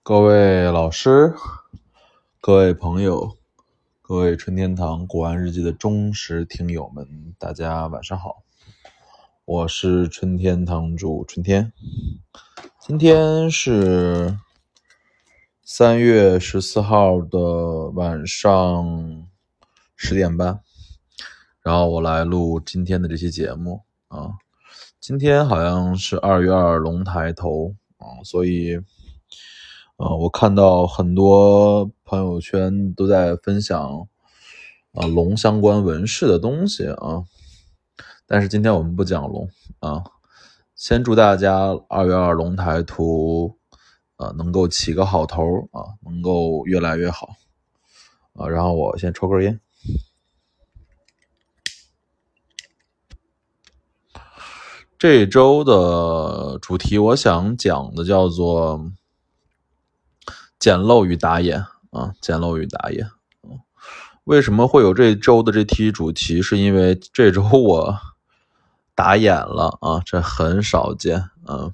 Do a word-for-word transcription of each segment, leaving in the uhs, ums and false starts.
各位老师、各位朋友、各位春天堂古玩日记的忠实听友们，大家晚上好，我是春天堂主春天。今天是三月十四号的晚上十点半，然后我来录今天的这期节目啊。今天好像是二月二龙抬头啊，所以呃，我看到很多朋友圈都在分享啊龙相关纹饰的东西啊，但是今天我们不讲龙啊。先祝大家二月二龙抬头啊能够起个好头啊，能够越来越好啊。然后我先抽根烟。这周的主题我想讲的叫做捡漏与打眼啊，捡漏与打眼。为什么会有这周的这题主题？是因为这周我打眼了啊，这很少见啊。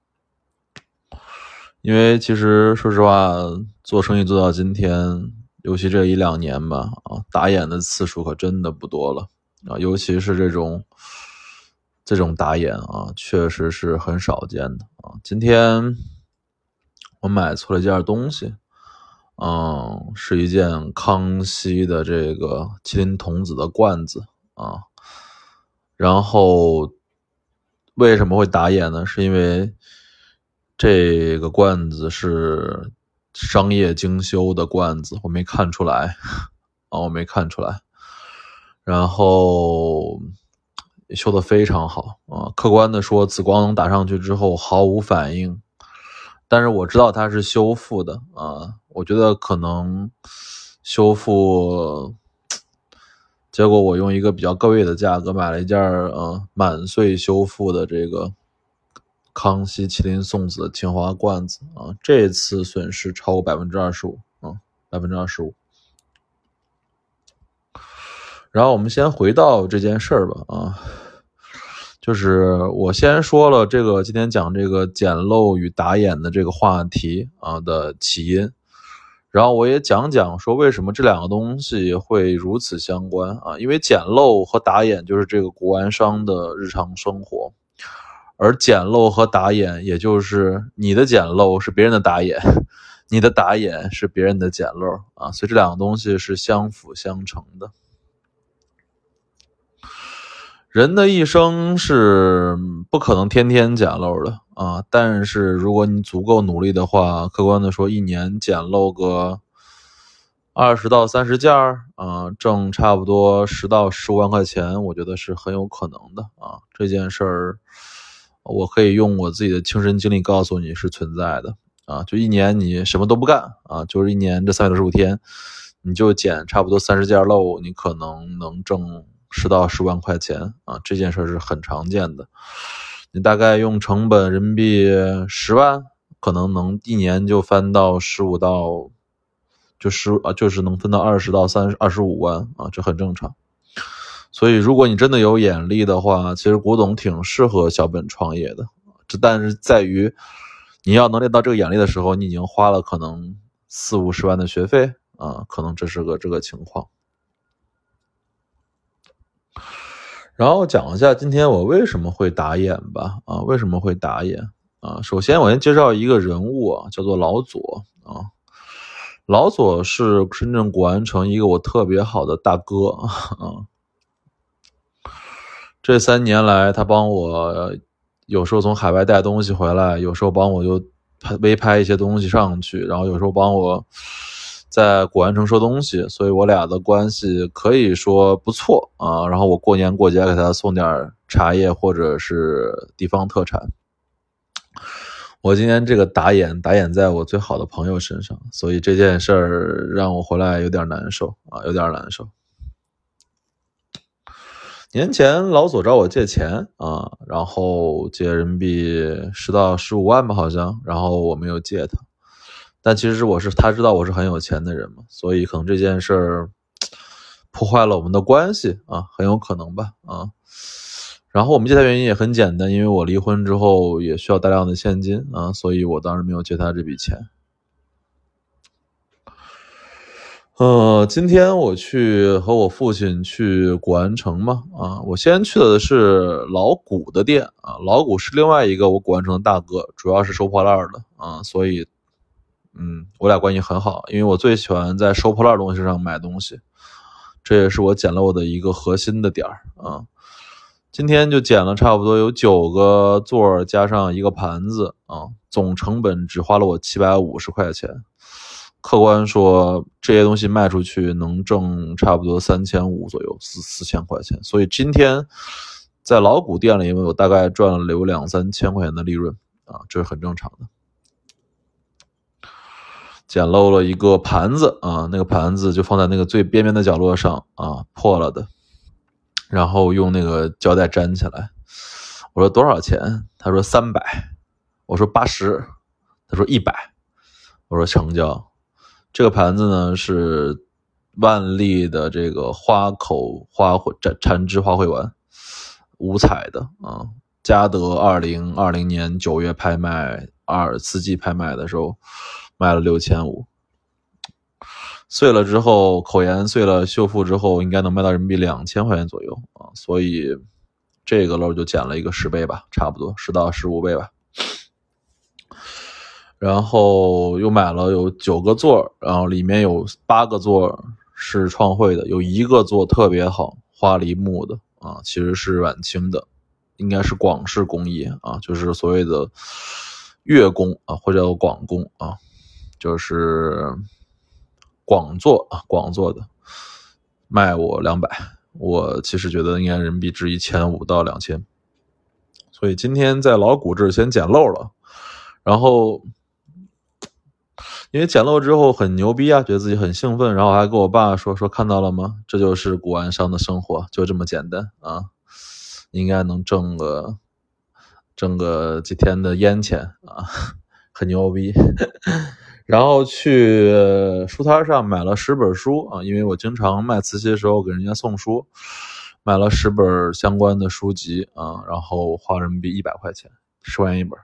因为其实说实话，做生意做到今天，尤其这一两年吧，啊，打眼的次数可真的不多了啊，尤其是这种这种打眼啊，确实是很少见的啊。今天我买错了一件东西。嗯，是一件康熙的这个麒麟童子的罐子啊。然后为什么会打眼呢？是因为这个罐子是商业精修的罐子，我没看出来啊，我没看出来。然后修得非常好啊，客观的说，紫光能打上去之后毫无反应。但是我知道它是修复的啊，我觉得可能修复，结果我用一个比较贵的价格买了一件呃满岁修复的这个康熙麒麟送子的青花罐子啊，这次损失超过百分之二十五啊，百分之二十五。然后我们先回到这件事儿吧啊。就是我先说了这个今天讲这个捡漏与打眼的这个话题啊的起因，然后我也讲讲说为什么这两个东西会如此相关啊，因为捡漏和打眼就是这个古玩商的日常生活，而捡漏和打眼也就是你的捡漏是别人的打眼，你的打眼是别人的捡漏啊，所以这两个东西是相辅相成的。人的一生是不可能天天捡漏的啊，但是如果你足够努力的话，客观的说，一年捡漏个二十到三十件啊，挣差不多十到十五万块钱，我觉得是很有可能的啊。这件事儿，我可以用我自己的亲身经历告诉你是存在的啊。就一年你什么都不干啊，就是一年这三百六十五天，你就捡差不多三十件漏，你可能能挣十到十万块钱啊，这件事是很常见的。你大概用成本人民币十万，可能能一年就翻到十五到就十啊，就是能分到二十到三十二十五万啊，这很正常。所以如果你真的有眼力的话，其实古董挺适合小本创业的。这但是在于你要能练到这个眼力的时候，你已经花了可能四五十万的学费啊，可能这是个这个情况。然后讲一下今天我为什么会打眼吧啊，为什么会打眼啊？首先我先介绍一个人物啊，叫做老左啊。老左是深圳古玩城一个我特别好的大哥啊。这三年来，他帮我有时候从海外带东西回来，有时候帮我就微拍一些东西上去，然后有时候帮我在古玩城收东西，所以我俩的关系可以说不错啊。然后我过年过节给他送点茶叶或者是地方特产。我今天这个打眼打眼在我最好的朋友身上，所以这件事儿让我回来有点难受啊，有点难受。年前老左找我借钱啊，然后借人民币十到十五万吧，好像，然后我没有借他。但其实我是他知道我是很有钱的人嘛，所以可能这件事儿破坏了我们的关系啊，很有可能吧啊。然后我们借他原因也很简单，因为我离婚之后也需要大量的现金啊，所以我当时没有借他这笔钱。 呃，今天我去和我父亲去古玩城嘛，啊，我先去的是老古的店啊，老古是另外一个我古玩城的大哥，主要是收破烂的啊，所以，嗯，我俩关系很好，因为我最喜欢在收破烂东西上买东西，这也是我捡漏的一个核心的点儿啊。今天就捡了差不多有九个座加上一个盘子啊，总成本只花了我七百五十块钱。客观说，这些东西卖出去能挣差不多三千五左右，四四千块钱。所以今天在老古店里，我大概赚了有两三千块钱的利润啊，这是很正常的。捡漏了一个盘子啊，那个盘子就放在那个最边边的角落上啊，破了的。然后用那个胶带粘起来。我说多少钱？他说三百。我说八十。他说一百。我说成交。这个盘子呢是万历的这个花口花卉缠枝花卉丸，五彩的啊。嘉德二零二零年九月拍卖，二四季拍卖的时候卖了六千五。碎了之后，口沿碎了，修复之后应该能卖到人民币两千块钱左右啊，所以这个漏就减了一个十倍吧，差不多十到十五倍吧。然后又买了有九个座，然后里面有八个座是创汇的，有一个座特别好，花梨木的啊，其实是晚清的，应该是广式工艺啊，就是所谓的粤工啊，或者叫广工啊，就是广做啊，广做的，卖我两百，我其实觉得应该人民币值一千五到两千，所以今天在老古这先捡漏了，然后。因为捡漏之后很牛逼啊，觉得自己很兴奋，然后还跟我爸说说看到了吗？这就是古玩商的生活，就这么简单啊！应该能挣个挣个几天的烟钱啊，很牛逼。然后去书摊上买了十本书啊，因为我经常卖瓷器的时候给人家送书，买了十本相关的书籍啊，然后花人民币一百块钱，十块钱一本。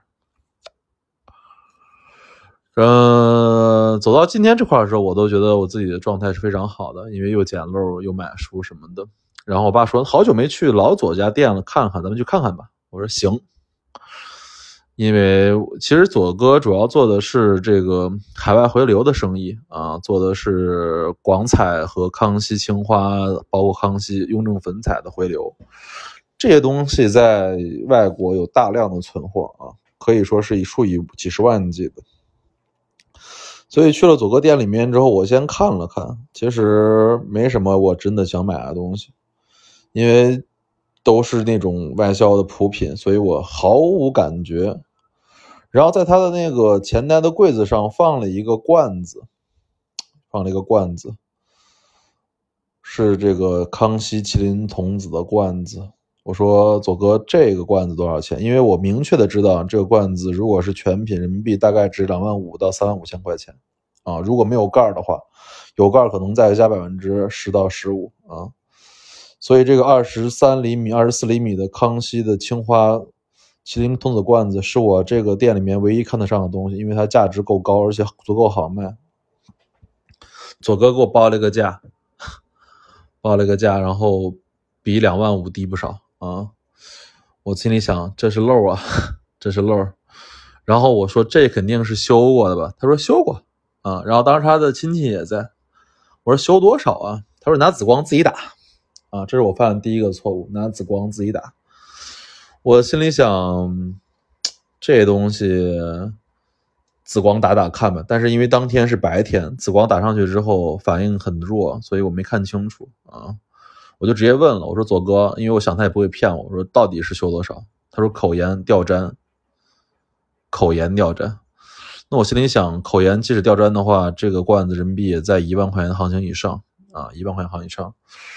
呃，走到今天这块的时候，我都觉得我自己的状态是非常好的，因为又捡漏又买书什么的。然后我爸说好久没去老左家店了，看看咱们去看看吧。我说行，因为其实左哥主要做的是这个海外回流的生意啊，做的是广彩和康熙青花，包括康熙雍正粉彩的回流。这些东西在外国有大量的存货啊，可以说是以数以几十万计的。所以去了左哥店里面之后，我先看了看，其实没什么我真的想买的东西，因为都是那种外销的普品，所以我毫无感觉。然后在他的那个前台的柜子上放了一个罐子，放了一个罐子，是这个康熙麒麟童子的罐子。我说左哥，这个罐子多少钱？因为我明确的知道这个罐子如果是全品人民币大概值两万五到三万五千块钱啊，如果没有盖的话，有盖可能再加百分之十到十五啊。所以这个二十三厘米、二十四厘米的康熙的青花麒麟童子罐子是我这个店里面唯一看得上的东西，因为它价值够高，而且足够好卖。左哥给我报了个价，报了个价，然后比两万五低不少。啊，我心里想这是漏啊，这是漏。然后我说这肯定是修过的吧？他说修过啊。然后当时他的亲戚也在，我说修多少啊？他说拿紫光自己打啊。这是我犯的第一个错误，拿紫光自己打。我心里想这东西紫光打打看吧，但是因为当天是白天，紫光打上去之后反应很弱，所以我没看清楚啊。我就直接问了，我说左哥，因为我想他也不会骗我，我说到底是修多少？他说口沿吊粘，口沿吊粘。那我心里想，口沿即使吊粘的话，这个罐子人民币也在一万块钱的行情以上啊，一万块钱行情以上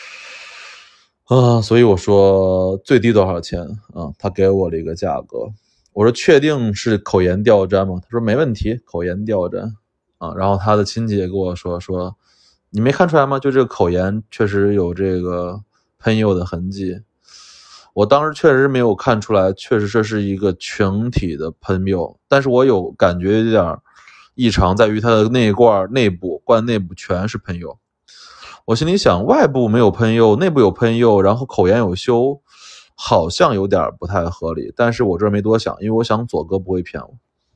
啊，所以我说最低多少钱啊？他给我了一个价格，我说确定是口沿吊粘吗？他说没问题，口沿吊粘啊。然后他的亲戚也跟我说说。你没看出来吗？就这个口沿确实有这个喷釉的痕迹，我当时确实没有看出来，确实这是一个全体的喷釉，但是我有感觉有点异常，在于它的内罐内部罐内部全是喷釉我心里想，外部没有喷釉，内部有喷釉，然后口沿有修，好像有点不太合理，但是我这没多想，因为我想左哥不会骗我。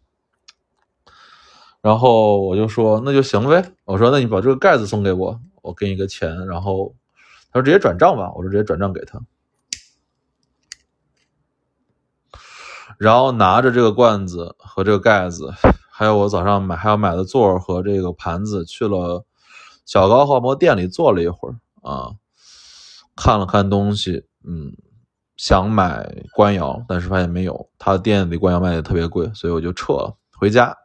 然后我就说那就行呗，我说那你把这个盖子送给我，我给你个钱，然后他说直接转账吧，我说直接转账给他。然后拿着这个罐子和这个盖子，还有我早上买还要买的座和这个盘子，去了小高号模店里坐了一会儿啊，看了看东西，嗯，想买官窑，但是发现没有，他店里官窑卖的特别贵，所以我就撤了，回家。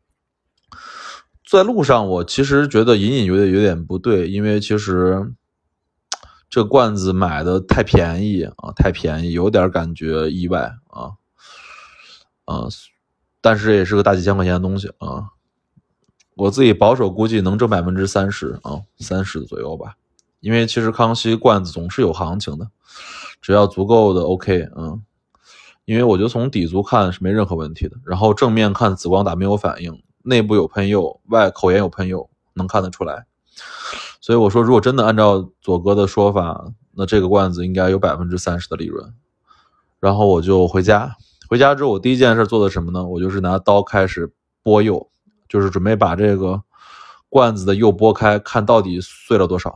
在路上我其实觉得隐隐约约有点不对，因为其实这罐子买的太便宜啊，太便宜，有点感觉意外啊啊，但是这也是个大几千块钱的东西啊，我自己保守估计能挣百分之三十啊，三十左右吧，因为其实康熙罐子总是有行情的，只要足够的 OK， 嗯，因为我觉得从底足看是没任何问题的，然后正面看紫光打没有反应。内部有喷釉，外口沿有喷釉，能看得出来。所以我说，如果真的按照左哥的说法，那这个罐子应该有百分之三十的利润。然后我就回家，回家之后我第一件事做的什么呢？我就是拿刀开始剥釉，就是准备把这个罐子的釉剥开，看到底碎了多少。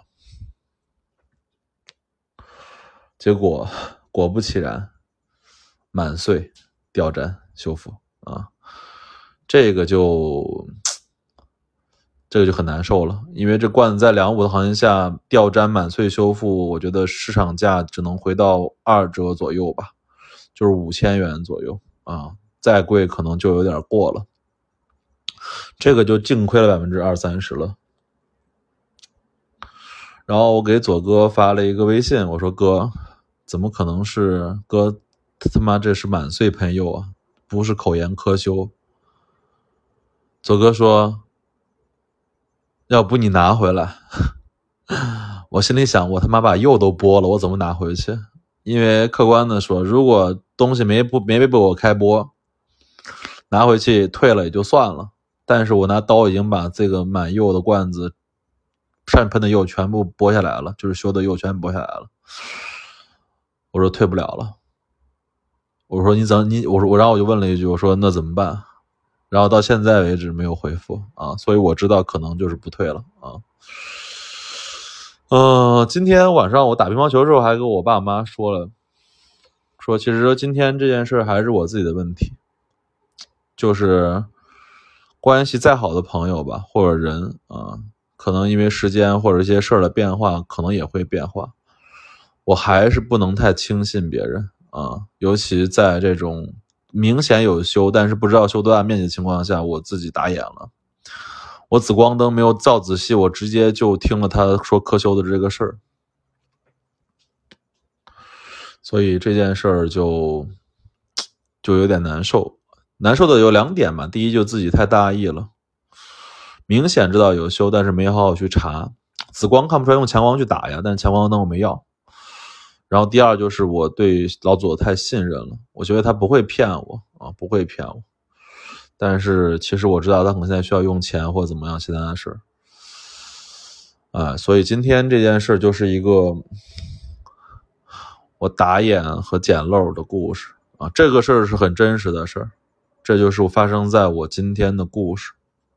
结果果不其然，满碎，掉粘修复啊。这个就这个就很难受了，因为这罐子在两五的行情下掉粘满碎修复，我觉得市场价只能回到二折左右吧，就是五千元左右啊，再贵可能就有点过了。这个就净亏了百分之二三十了。然后我给左哥发了一个微信，我说哥，怎么可能是哥他妈这是满碎喷釉啊，不是口沿科修。左哥说要不你拿回来。我心里想，我他妈把釉都剥了，我怎么拿回去？因为客观的说，如果东西没不没被我开剥，拿回去退了也就算了，但是我拿刀已经把这个满釉的罐子上喷的釉全部剥下来了，就是修的釉全剥下来了。我说退不了了。我说你怎么你我说我然后我就问了一句，我说那怎么办？然后到现在为止没有回复啊，所以我知道可能就是不退了啊。呃，今天晚上我打乒乓球的时候还跟我爸妈说了，说其实今天这件事还是我自己的问题，就是关系再好的朋友吧，或者人啊，可能因为时间或者一些事儿的变化，可能也会变化。我还是不能太轻信别人啊，尤其在这种明显有修但是不知道修多大面积的情况下，我自己打眼了。我紫光灯没有照仔细，我直接就听了他说科修的这个事儿，所以这件事儿就就有点难受。难受的有两点嘛，第一就自己太大意了，明显知道有修，但是没好好去查。紫光看不出来用强光去打呀，但是强光灯我没要。然后第二就是我对老左太信任了，我觉得他不会骗我啊，不会骗我。但是其实我知道他可能现在需要用钱或者怎么样其他的事啊，所以今天这件事就是一个我打眼和捡漏的故事啊，这个事儿是很真实的事儿，这就是发生在我今天的故事。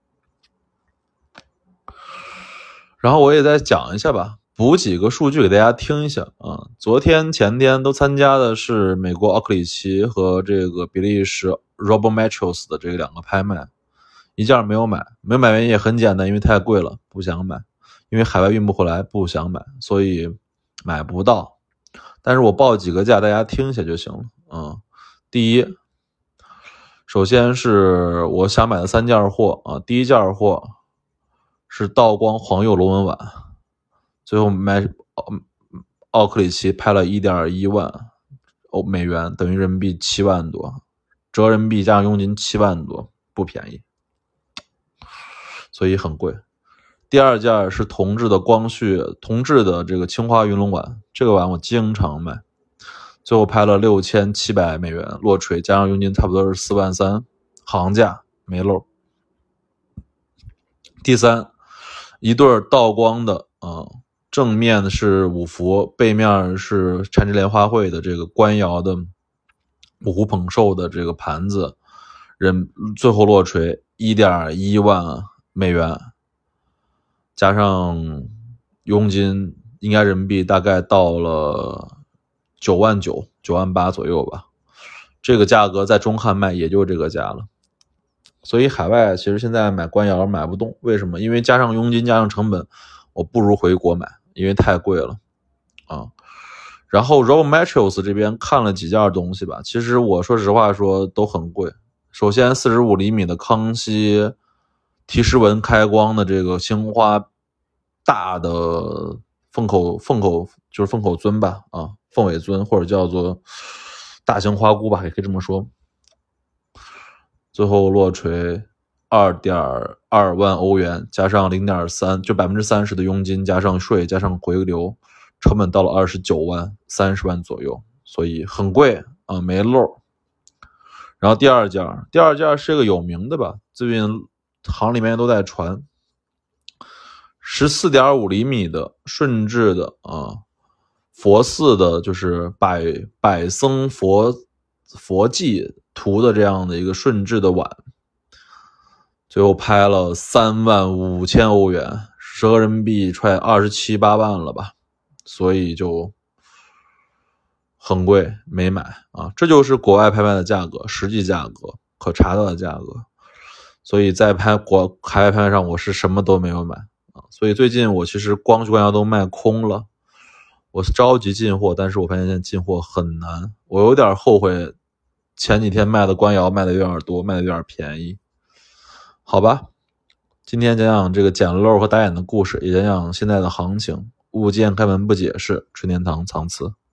然后我也再讲一下吧，补几个数据给大家听一下啊。昨天前天都参加的是美国奥克里奇和这个比利时 Robert Metros 的这两个拍卖，一件没有买，没有买原因也很简单，因为太贵了，不想买，因为海外运不回来，不想买，所以买不到。但是我报几个价，大家听一下就行了。嗯，第一，首先是我想买的三件货啊，第一件货是道光黄釉龙纹碗，最后买奥克里奇拍了 一点一万欧美元，等于人民币七万多，折人民币加上佣金七万多，不便宜，所以很贵。第二件是铜制的光绪铜制的这个青花云龙碗，这个碗我经常买，最后拍了六千七百美元落锤，加上佣金差不多是四万三，行价没漏。第三，一对道光的啊、呃、 正面是五福，背面是缠枝莲花会的这个官窑的五湖捧寿的这个盘子，人最后落锤 一点一万美元，加上佣金，应该人民币大概到了九万九、九万八左右吧。这个价格在中汉卖也就这个价了。所以海外其实现在买官窑买不动，为什么？因为加上佣金加上成本，我不如回国买，因为太贵了啊。然后 Robo Metals 这边看了几件东西吧，其实我说实话说都很贵。首先四十五厘米的康熙提示纹开光的这个青花大的凤口凤口就是凤口尊吧，啊，凤尾尊或者叫做大型花菇吧，也可以这么说。最后落锤 二点二万欧元，加上 零点三 就 百分之三十 的佣金，加上税加上回流，成本到了二十九万三十万左右，所以很贵啊，没漏。然后第二件第二件是个有名的吧，最近行里面都在传 十四点五厘米的顺治的啊佛寺的，就是百百僧佛佛迹图的这样的一个顺治的碗，最后拍了三万五千欧元，折合人民币快二十七八万了吧，所以就很贵，没买啊。这就是国外拍卖的价格，实际价格，可查到的价格。所以在拍国海外拍卖上，我是什么都没有买啊。所以最近我其实光是官窑都卖空了。我是着急进货，但是我发现现在进货很难，我有点后悔前几天卖的官窑卖的有点多，卖的有点便宜。好吧，今天讲讲这个捡漏和打眼的故事，也讲讲现在的行情。物见开门不解释，春天堂藏词。